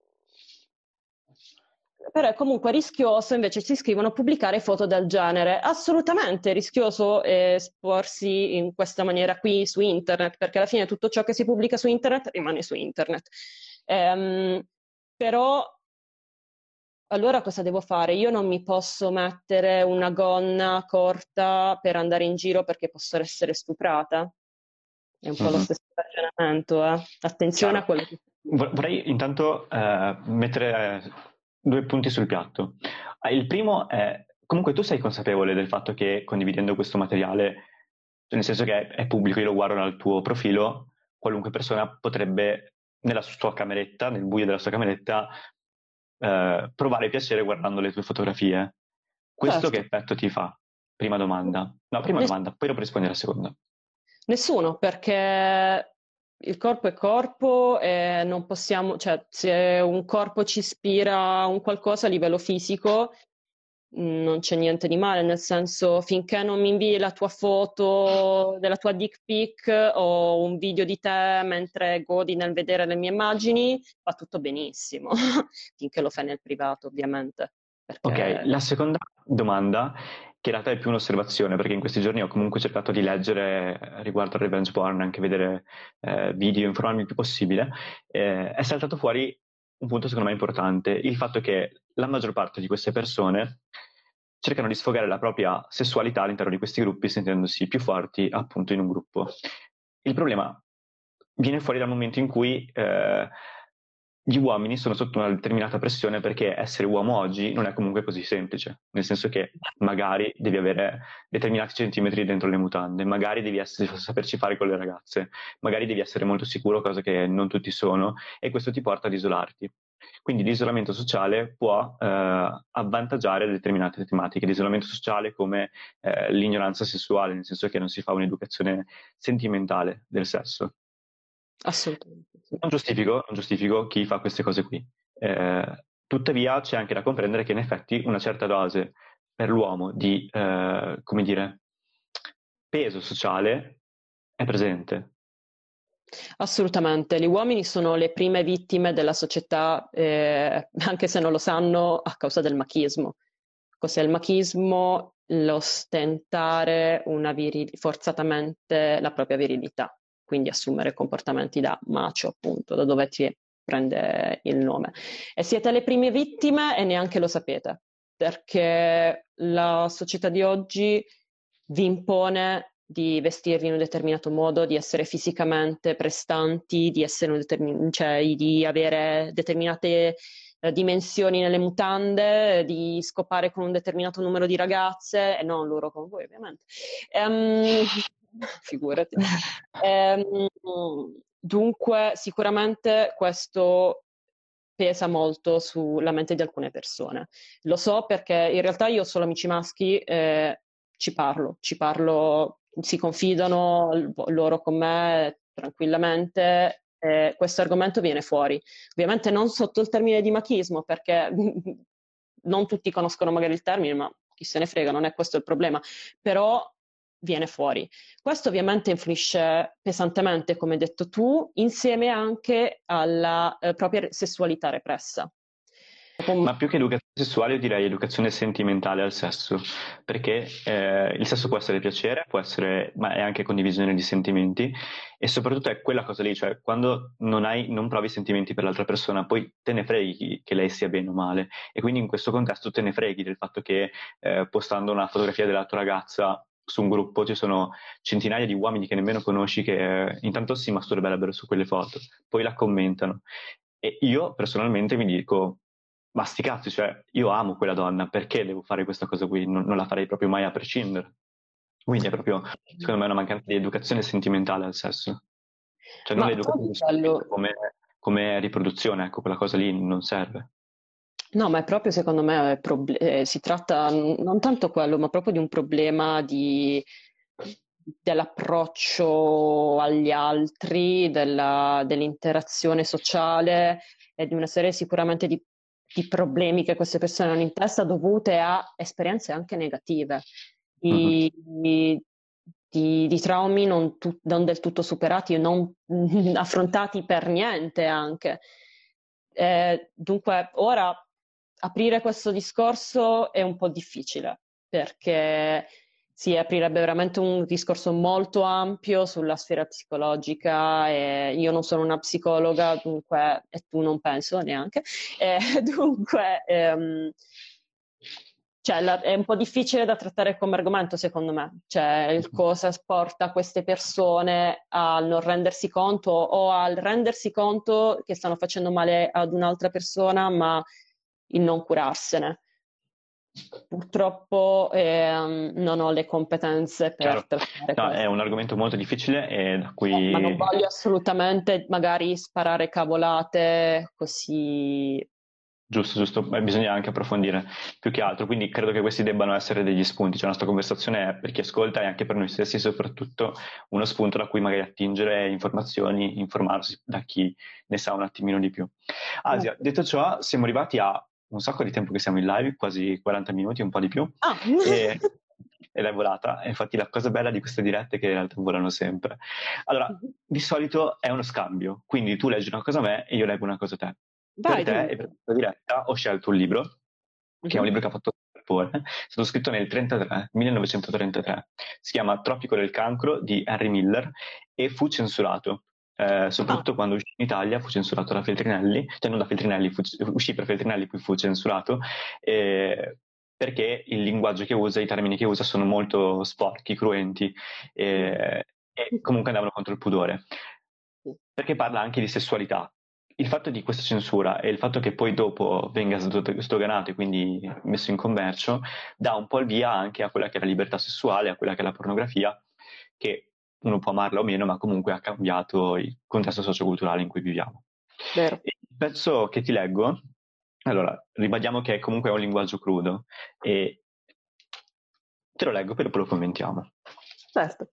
B: Però è comunque rischioso, invece ci scrivono pubblicare foto del genere. Assolutamente rischioso esporsi in questa maniera qui su internet, perché alla fine tutto ciò che si pubblica su internet rimane su internet. Ehm, però allora cosa devo fare? Io non mi posso mettere una gonna corta per andare in giro perché posso essere stuprata? È un po' lo
A: Mhm.
B: stesso ragionamento, eh? Attenzione a
A: Chiaro.
B: quello che...
A: Vor- Vorrei intanto eh, mettere eh, due punti sul piatto. Ah, il primo è, comunque tu sei consapevole del fatto che condividendo questo materiale, cioè nel senso che è, è pubblico, io lo guardo dal tuo profilo, qualunque persona potrebbe nella sua cameretta, nel buio della sua cameretta, eh, provare piacere guardando le tue fotografie. Questo che
B: Certo.
A: effetto ti fa? Prima domanda. No, prima
B: Ness-
A: domanda, poi dopo rispondi alla seconda.
B: Nessuno, perché il corpo è corpo e non possiamo, cioè se un corpo ci ispira a un qualcosa a livello fisico, mh, non c'è niente di male, nel senso finché non mi invii la tua foto della tua dick pic o un video di te mentre godi nel vedere le mie immagini, va tutto benissimo, finché lo fai nel privato, ovviamente,
A: Ok,
B: perché
A: la seconda domanda, che in realtà è più un'osservazione, perché in questi giorni ho comunque cercato di leggere eh, riguardo al revenge porn, anche vedere eh, video, informarmi il più possibile, eh, è saltato fuori un punto secondo me importante, il fatto che la maggior parte di queste persone cercano di sfogare la propria sessualità all'interno di questi gruppi sentendosi più forti appunto in un gruppo. Il problema viene fuori dal momento in cui eh, gli uomini sono sotto una determinata pressione, perché essere uomo oggi non è comunque così semplice, nel senso che magari devi avere determinati centimetri dentro le mutande, magari devi essere, saperci fare con le ragazze, magari devi essere molto sicuro, cosa che non tutti sono, e questo ti porta ad isolarti. Quindi l'isolamento sociale può eh, avvantaggiare determinate tematiche, l'isolamento sociale come eh, l'ignoranza sessuale, nel senso che non si fa un'educazione sentimentale del sesso.
B: Assolutamente. Sì.
A: Non giustifico, non giustifico chi fa queste cose qui. Eh, tuttavia c'è anche da comprendere che in effetti una certa dose per l'uomo di, eh, come dire, peso sociale è presente.
B: Assolutamente, gli uomini sono le prime vittime della società, eh, anche se non lo sanno, a causa del machismo. Cos'è il machismo? L'ostentare una viril- forzatamente la propria virilità, quindi assumere comportamenti da macho, appunto, da dove ti prende il nome. E siete le prime vittime e neanche lo sapete, perché la società di oggi vi impone di vestirvi in un determinato modo, di essere fisicamente prestanti, di, essere un determin- cioè, di avere determinate eh, dimensioni nelle mutande, di scopare con un determinato numero di ragazze, e non loro con voi ovviamente. Ehm, figurati. Ehm, dunque, sicuramente questo pesa molto sulla mente di alcune persone. Lo so perché in realtà io ho solo amici maschi, eh, ci parlo, ci parlo, si confidano l- loro con me tranquillamente. Eh, questo argomento viene fuori. Ovviamente non sotto il termine di machismo, perché non tutti conoscono magari il termine, ma chi se ne frega, non è questo il problema. Però viene fuori. Questo ovviamente influisce pesantemente, come hai detto tu, insieme anche alla eh, propria sessualità repressa.
A: Ma più che educazione sessuale, io direi educazione sentimentale al sesso, perché eh, il sesso può essere piacere, può essere, ma è anche condivisione di sentimenti, e soprattutto è quella cosa lì, cioè quando non hai, non provi sentimenti per l'altra persona, poi te ne freghi che lei sia bene o male, e quindi in questo contesto te ne freghi del fatto che eh, postando una fotografia della tua ragazza su un gruppo ci sono centinaia di uomini che nemmeno conosci che eh, intanto si masturberebbero su quelle foto, poi la commentano. E io personalmente mi dico, ma sti cazzi, cioè io amo quella donna, perché devo fare questa cosa qui? Non, non la farei proprio mai a prescindere. Quindi è proprio, secondo me, una mancanza di educazione sentimentale al sesso. Cioè non
B: Ma
A: l'educazione
B: proprio
A: sessuale
B: quello,
A: come, come riproduzione, ecco, quella cosa lì non serve.
B: no, ma è proprio secondo me è proble- eh, si tratta n- non tanto quello, ma proprio di un problema di- dell'approccio agli altri, della- dell'interazione sociale e di una serie sicuramente di, di problemi che queste persone hanno in testa dovute a esperienze anche negative,
A: Mhm.
B: di, di- di- di traumi non, tu- non del tutto superati e non affrontati per niente anche. Eh, dunque, ora aprire questo discorso è un po' difficile perché si aprirebbe veramente un discorso molto ampio sulla sfera psicologica e io non sono una psicologa, dunque, e tu non penso neanche, eh, dunque ehm, cioè, la- è un po' difficile da trattare come argomento, secondo me. Cioè, il cosa porta queste persone a non rendersi conto o al rendersi conto che stanno facendo male ad un'altra persona, ma il non curarsene. Purtroppo ehm, non ho le competenze per
A: Chiaro.
B: trattare
A: No, è
B: questo.
A: un argomento molto difficile e da
B: Eh, ma non
A: cui
B: voglio assolutamente magari sparare cavolate così.
A: giusto, giusto, beh, bisogna anche approfondire più che altro, quindi credo che questi debbano essere degli spunti, cioè la nostra conversazione è per chi ascolta e anche per noi stessi soprattutto uno spunto da cui magari attingere informazioni, informarsi da chi ne sa un attimino di più. Asia, detto ciò, siamo arrivati a un sacco di tempo che siamo in live, quasi quaranta minuti, un po' di più,
B: Ah.
A: e, ed è volata, e infatti la cosa bella di queste dirette è che in realtà volano sempre. Allora, di solito è uno scambio, quindi tu leggi una cosa a me e io leggo una cosa a te. Per
B: Vai,
A: te
B: dimmi.
A: e per questa diretta ho scelto un libro, che è un
B: Mhm.
A: libro che ha fatto scalpore, è stato scritto nel trentatré, millenovecentotrentatré. Si chiama Tropico del cancro di Henry Miller e fu censurato. eh, soprattutto ah. quando uscì in Italia fu censurato da Feltrinelli, cioè non da Feltrinelli, fu, uscì per Feltrinelli, poi fu censurato, eh, perché il linguaggio che usa, i termini che usa sono molto sporchi, cruenti, eh, e comunque andavano contro il pudore. Perché parla anche di sessualità. Il fatto di questa censura e il fatto che poi dopo venga sdoganato e quindi messo in commercio dà un po' il via anche a quella che è la libertà sessuale, a quella che è la pornografia, che uno può amarla o meno, ma comunque ha cambiato il contesto socioculturale in cui viviamo.
B: Vero.
A: Il pezzo che ti leggo, allora, ribadiamo che comunque è un linguaggio crudo e te lo leggo, poi dopo lo commentiamo.
B: Certo.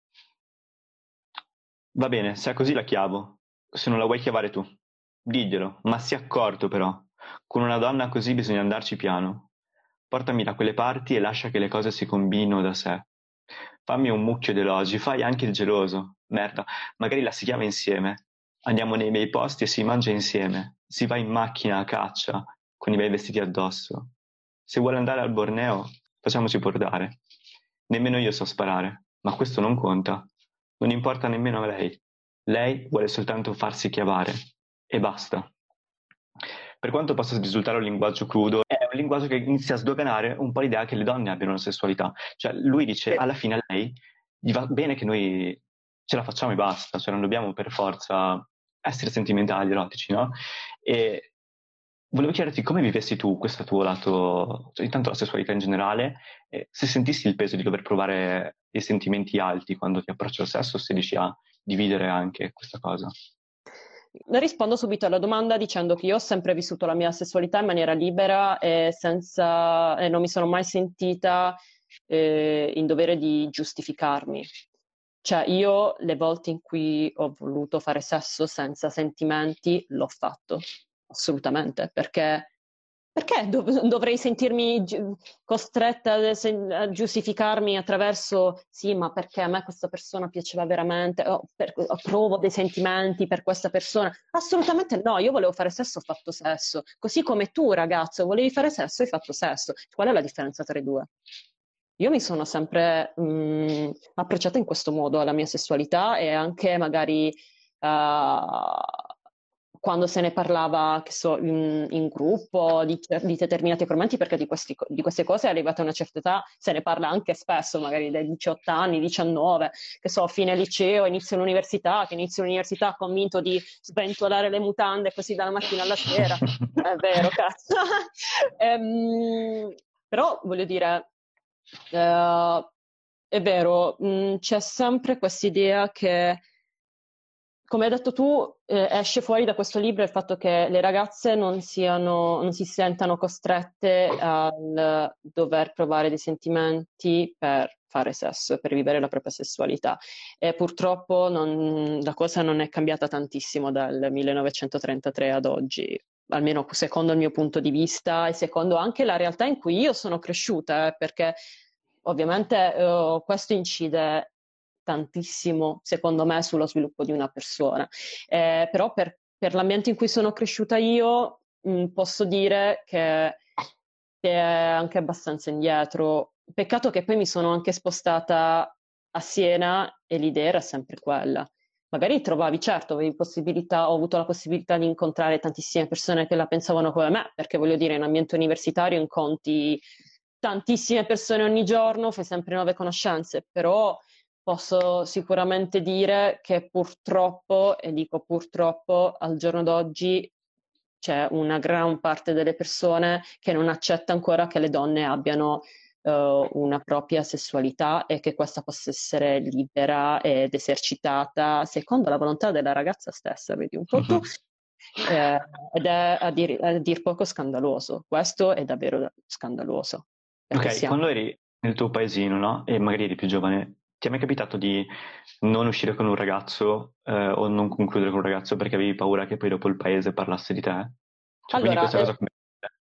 A: Va bene, se è così la chiavo. Se non la vuoi chiavare tu, diglielo, ma sii accorto però. Con una donna così bisogna andarci piano. Portami da quelle parti e lascia che le cose si combinino da sé. Fammi un mucchio di elogi, fai anche il geloso. Merda, magari la si chiama insieme. Andiamo nei bei posti e si mangia insieme. Si va in macchina a caccia, con i bei vestiti addosso. Se vuole andare al Borneo, facciamoci portare. Nemmeno io so sparare, ma questo non conta. Non importa nemmeno a lei. Lei vuole soltanto farsi chiavare. E basta. Per quanto possa risultare un linguaggio crudo, è un linguaggio che inizia a sdoganare un po' l'idea che le donne abbiano una sessualità. Cioè, lui dice, alla fine a lei gli va bene che noi ce la facciamo e basta, cioè non dobbiamo per forza essere sentimentali, erotici, no? E volevo chiederti come vivessi tu questo tuo lato, cioè, intanto la sessualità in generale, e se sentissi il peso di dover provare dei sentimenti alti quando ti approcci al sesso, se riesci a dividere anche questa cosa.
B: Rispondo subito alla domanda dicendo che io ho sempre vissuto la mia sessualità in maniera libera e senza, e non mi sono mai sentita eh, in dovere di giustificarmi. Cioè io le volte in cui ho voluto fare sesso senza sentimenti l'ho fatto, assolutamente, perché, perché dov- dovrei sentirmi gi- costretta a, sen- a giustificarmi attraverso sì, ma perché a me questa persona piaceva veramente, o per- o provo dei sentimenti per questa persona? Assolutamente no, io volevo fare sesso, ho fatto sesso, così come tu ragazzo volevi fare sesso, hai fatto sesso. Qual è la differenza tra i due? Io mi sono sempre mh, approcciata in questo modo alla mia sessualità e anche magari uh, quando se ne parlava, che so, in, in gruppo di, di determinati argomenti, perché di, questi, di queste cose arrivate a una certa età se ne parla anche spesso, magari dai diciotto anni, diciannove, che so, fine liceo, inizio l'università, che inizio l'università convinto di sventolare le mutande così dalla mattina alla sera. È vero, cazzo. ehm, però voglio dire, Uh, è vero, mh, c'è sempre quest'idea che, come hai detto tu, eh, esce fuori da questo libro il fatto che le ragazze non siano, non si sentano costrette al dover provare dei sentimenti per fare sesso, per vivere la propria sessualità. E purtroppo non, la cosa non è cambiata tantissimo dal millenovecentotrentatré ad oggi, almeno secondo il mio punto di vista e secondo anche la realtà in cui io sono cresciuta, eh, perché ovviamente eh, questo incide tantissimo, secondo me, sullo sviluppo di una persona. Eh, però per, per l'ambiente in cui sono cresciuta io, mh, posso dire che, che è anche abbastanza indietro. Peccato che poi mi sono anche spostata a Siena e l'idea era sempre quella. Magari trovavi, certo, avevi possibilità, ho avuto la possibilità di incontrare tantissime persone che la pensavano come me, perché voglio dire, in ambiente universitario incontri tantissime persone ogni giorno, fai sempre nuove conoscenze, però posso sicuramente dire che purtroppo, e dico purtroppo, al giorno d'oggi c'è una gran parte delle persone che non accetta ancora che le donne abbiano uh, una propria sessualità e che questa possa essere libera ed esercitata secondo la volontà della ragazza stessa, vedi un po' tu. Eh, ed è a dir, a dir poco scandaloso. Questo è davvero scandaloso.
A: Ok,
B: siamo...
A: quando eri nel tuo paesino, no? E magari eri più giovane, ti è mai capitato di non uscire con un ragazzo eh, o non concludere con un ragazzo perché avevi paura che poi dopo il paese parlasse di te? Cioè, quindi
B: Allora,
A: questa
B: eh,
A: cosa come...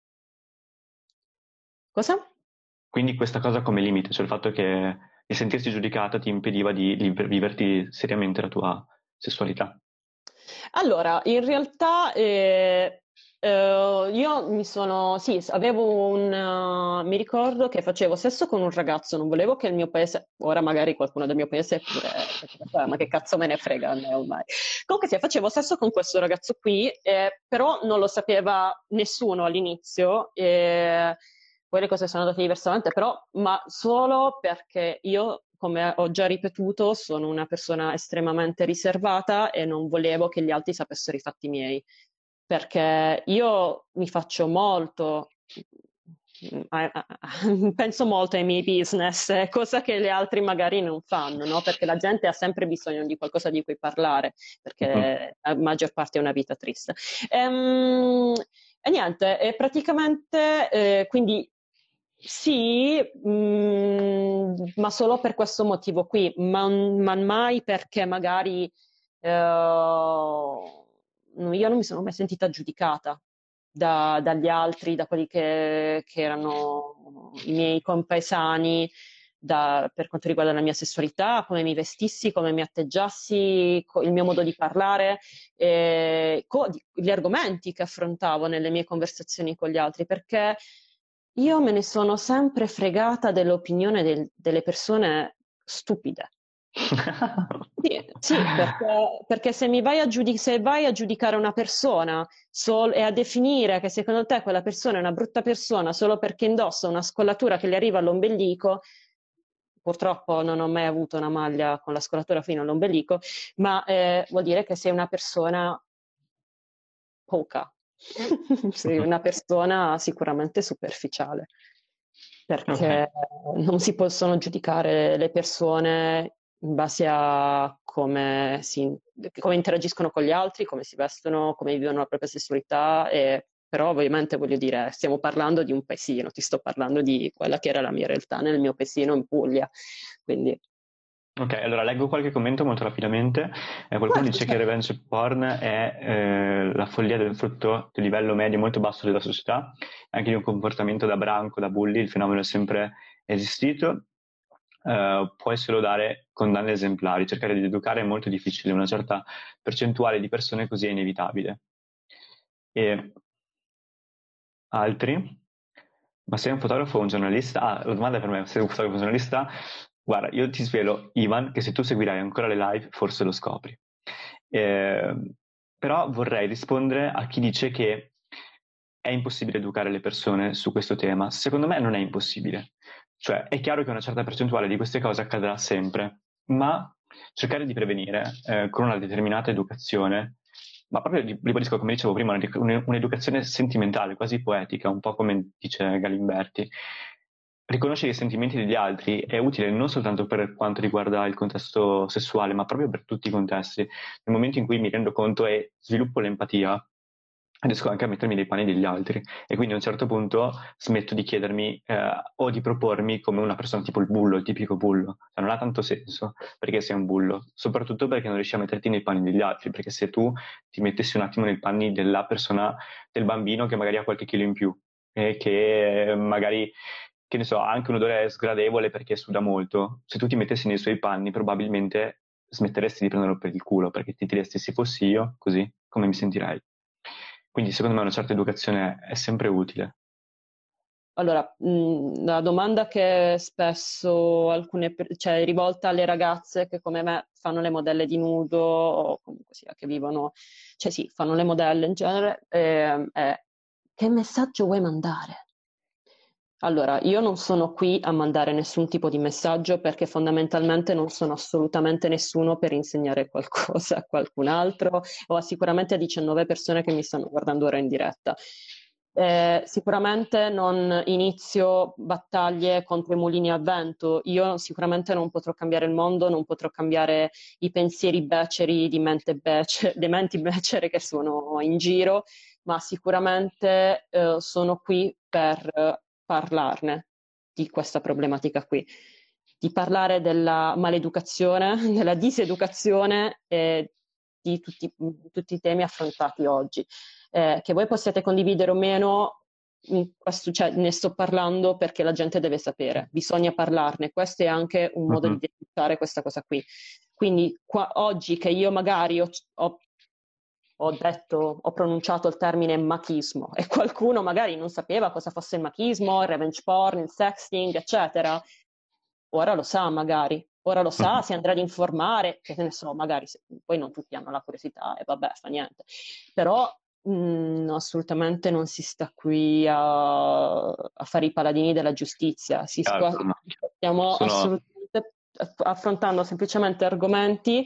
B: cosa?
A: Quindi questa cosa come limite, cioè il fatto che di sentirsi giudicata ti impediva di, di viverti seriamente la tua sessualità.
B: Allora, in realtà eh, Eh, io mi sono, sì, avevo un, eh, mi ricordo che facevo sesso con un ragazzo, non volevo che il mio paese, ora magari qualcuno del mio paese pure, eh, ma che cazzo me ne frega a me ormai. Comunque sì, facevo sesso con questo ragazzo qui, eh, però non lo sapeva nessuno all'inizio, e poi le cose sono andate diversamente, però, ma solo perché io, come ho già ripetuto, sono una persona estremamente riservata e non volevo che gli altri sapessero i fatti miei perché io mi faccio molto, penso molto ai miei business, cosa che gli altri magari non fanno, no? Perché la gente ha sempre bisogno di qualcosa di cui parlare,
A: Mhm.
B: perché la maggior parte è una vita triste. Ehm, e niente, e praticamente eh, quindi sì, mh, ma solo per questo motivo qui, ma, ma mai perché magari eh, io non mi sono mai sentita giudicata da- dagli altri, da quelli che, che erano i miei compaesani, da- per quanto riguarda la mia sessualità, come mi vestissi, come mi atteggiassi, co- il mio modo di parlare, eh, co- di- gli argomenti che affrontavo nelle mie conversazioni con gli altri, perché io me ne sono sempre fregata dell'opinione del- delle persone stupide. Sì, sì, perché, perché se mi vai a giudi- se vai a giudicare una persona sol- e a definire che secondo te quella persona è una brutta persona solo perché indossa una scollatura che gli arriva all'ombelico, purtroppo non ho mai avuto una maglia con la scollatura fino all'ombelico, ma eh, vuol dire che sei una persona poca, sei
A: Mhm.
B: una persona sicuramente superficiale,
A: Ok.
B: perché non si possono giudicare le persone in base a come, si, come interagiscono con gli altri, come si vestono, come vivono la propria sessualità, e, però ovviamente voglio dire, stiamo parlando di un paesino, ti sto parlando di quella che era la mia realtà nel mio paesino in Puglia, quindi...
A: Ok, allora leggo qualche commento molto rapidamente. Eh, qualcuno
B: Certo,
A: dice che
B: certo.
A: revenge porn è eh, la follia del frutto del livello medio molto basso della società, anche di un comportamento da branco, da bulli, il fenomeno è sempre esistito. Eh, puoi solo dare condanne esemplari, cercare di educare è molto difficile, una certa percentuale di persone così è inevitabile. E altri? Ma sei un fotografo o un giornalista? Ah, la domanda è per me, sei un fotografo o un giornalista? Guarda, io ti svelo, Ivan, che se tu seguirai ancora le live, forse lo scopri. Eh, però vorrei rispondere a chi dice che è impossibile educare le persone su questo tema. Secondo me non è impossibile. Cioè, è chiaro che una certa percentuale di queste cose accadrà sempre, ma cercare di prevenire eh, con una determinata educazione, ma proprio ri- ribadisco, come dicevo prima, un- un'educazione sentimentale, quasi poetica, un po' come dice Galimberti. Riconoscere i sentimenti degli altri è utile non soltanto per quanto riguarda il contesto sessuale, ma proprio per tutti i contesti. Nel momento in cui mi rendo conto e sviluppo l'empatia, riesco anche a mettermi nei panni degli altri e quindi a un certo punto smetto di chiedermi eh, o di propormi come una persona tipo il bullo, il tipico bullo. Cioè, non ha tanto senso perché sei un bullo, soprattutto perché non riesci a metterti nei panni degli altri, perché se tu ti mettessi un attimo nei panni della persona, del bambino che magari ha qualche chilo in più e che magari, che ne so, ha anche un odore sgradevole perché suda molto, se tu ti mettessi nei suoi panni probabilmente smetteresti di prenderlo per il culo perché ti diresti se fossi io così, come mi sentirei? Quindi secondo me una certa educazione è sempre utile.
B: Allora, mh, la domanda che spesso alcune, per- cioè, è rivolta alle ragazze che come me fanno le modelle di nudo o comunque sia che vivono, cioè sì, fanno le modelle in genere, ehm, è che messaggio vuoi mandare? Allora, io non sono qui a mandare nessun tipo di messaggio perché fondamentalmente non sono assolutamente nessuno per insegnare qualcosa a qualcun altro o a sicuramente a diciannove persone che mi stanno guardando ora in diretta. Eh, sicuramente non inizio battaglie contro i mulini a vento. Io sicuramente non potrò cambiare il mondo, non potrò cambiare i pensieri beceri di mente bece- di menti becere che sono in giro, ma sicuramente eh, sono qui per eh, parlarne di questa problematica qui, di parlare della maleducazione, della diseducazione e di tutti, tutti i temi affrontati oggi. Eh, che voi possiate condividere o meno, in questo, cioè, ne sto parlando perché la gente deve sapere, bisogna parlarne, questo è anche un modo di
A: Mhm.
B: denunciare questa cosa qui. Quindi qua, oggi che io magari ho, ho ho detto, ho pronunciato il termine machismo e qualcuno magari non sapeva cosa fosse il machismo, il revenge porn, il sexting, eccetera. Ora lo sa magari, ora lo sa, si andrà ad informare, che ne so, magari se, poi non tutti hanno la curiosità e vabbè, fa niente. Però mh, assolutamente non si sta qui a, a fare i paladini della giustizia, si sta, stiamo
A: Sono...
B: assolutamente affrontando semplicemente argomenti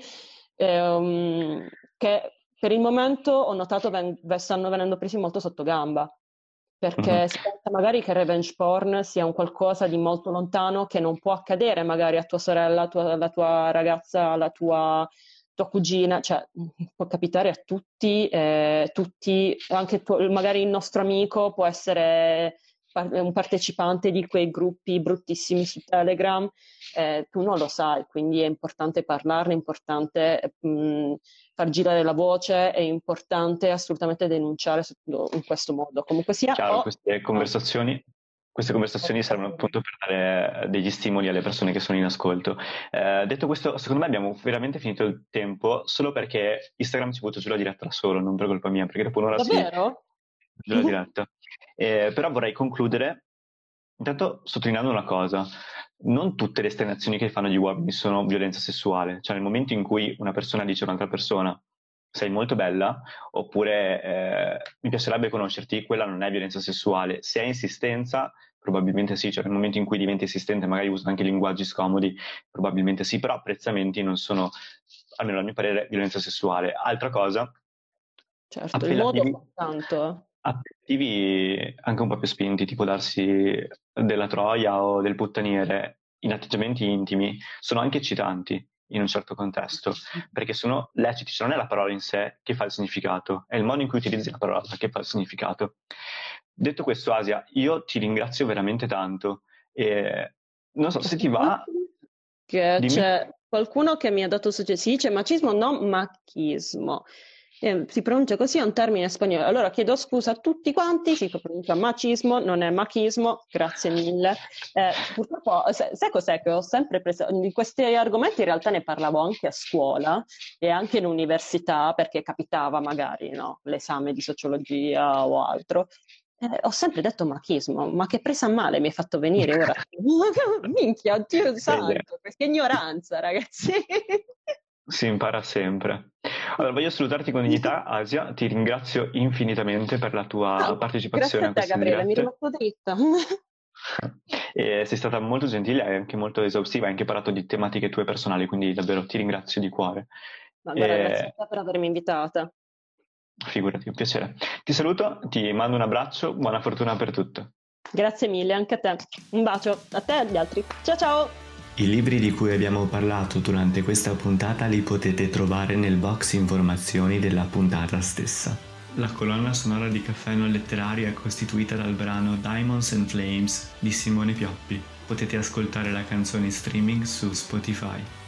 B: ehm, che per il momento ho notato ven- stanno venendo presi molto sotto gamba, perché
A: Mhm.
B: si pensa magari che revenge porn sia un qualcosa di molto lontano che non può accadere magari a tua sorella, a tua- alla tua ragazza, alla tua, tua cugina, cioè può capitare a tutti, eh, tutti, anche tu- magari il nostro amico può essere par- un partecipante di quei gruppi bruttissimi su Telegram, eh, tu non lo sai, quindi è importante parlarne, è importante mh, far girare la voce, è importante assolutamente denunciare in questo modo. Comunque sia,
A: Chiaro,
B: o...
A: queste conversazioni, queste conversazioni servono appunto per dare degli stimoli alle persone che sono in ascolto. Eh, detto questo, secondo me abbiamo veramente finito il tempo solo perché Instagram ci butta giù la diretta da solo, non per colpa mia, perché dopo un'ora si
B: Davvero?
A: giù la diretta. Eh, però vorrei concludere intanto sottolineando una cosa. Non tutte le esternazioni che fanno gli uomini sono violenza sessuale, cioè nel momento in cui una persona dice a un'altra persona sei molto bella, oppure eh, mi piacerebbe conoscerti, quella non è violenza sessuale. Se è insistenza, probabilmente sì, cioè nel momento in cui diventa insistente, magari usa anche linguaggi scomodi, probabilmente sì, però apprezzamenti non sono, almeno a mio parere, violenza sessuale. Altra cosa,
B: Certo, il modo
A: appellativi,
B: fa tanto.
A: appellativi anche un po' più spinti, tipo darsi della troia o del puttaniere in atteggiamenti intimi, sono anche eccitanti in un certo contesto, perché sono leciti, cioè non è la parola in sé che fa il significato, è il modo in cui utilizzi la parola che fa il significato. Detto questo, Asia, io ti ringrazio veramente tanto e non so se ti va,
B: Che
A: dimmi.
B: c'è qualcuno che mi ha dato suggezioni, si dice macismo, non machismo. Eh, si pronuncia così, è un termine spagnolo. Allora chiedo scusa a tutti quanti, si pronuncia macismo, non è machismo, grazie mille. Eh, purtroppo, sai, sai cos'è che ho sempre preso? Di questi argomenti in realtà ne parlavo anche a scuola e anche in università, perché capitava magari, no, l'esame di sociologia o altro. Eh, ho sempre detto machismo, ma che presa a male mi hai fatto venire ora. Minchia, Dio
A: Vede,
B: santo, questa ignoranza, ragazzi.
A: si impara sempre. Allora, voglio salutarti con dignità, Asia, ti ringrazio infinitamente per la tua
B: Ah, grazie
A: partecipazione
B: a
A: a
B: te,
A: queste
B: Gabriele, mi è
A: dirette.
B: rimasto dritta.
A: E sei stata molto gentile e anche molto esaustiva, hai anche parlato di tematiche tue personali, quindi davvero ti ringrazio di cuore.
B: Ma guarda, grazie a
A: E
B: te per avermi invitata.
A: figurati, un piacere. Ti saluto, ti mando un abbraccio, buona fortuna per tutto.
B: Grazie mille anche a te. Un bacio a te e agli altri. Ciao ciao!
A: I libri di cui abbiamo parlato durante questa puntata li potete trovare nel box informazioni della puntata stessa. La colonna sonora di Caffè Non Letterario è costituita dal brano Diamonds and Flames di Simone Pioppi. Potete ascoltare la canzone in streaming su Spotify.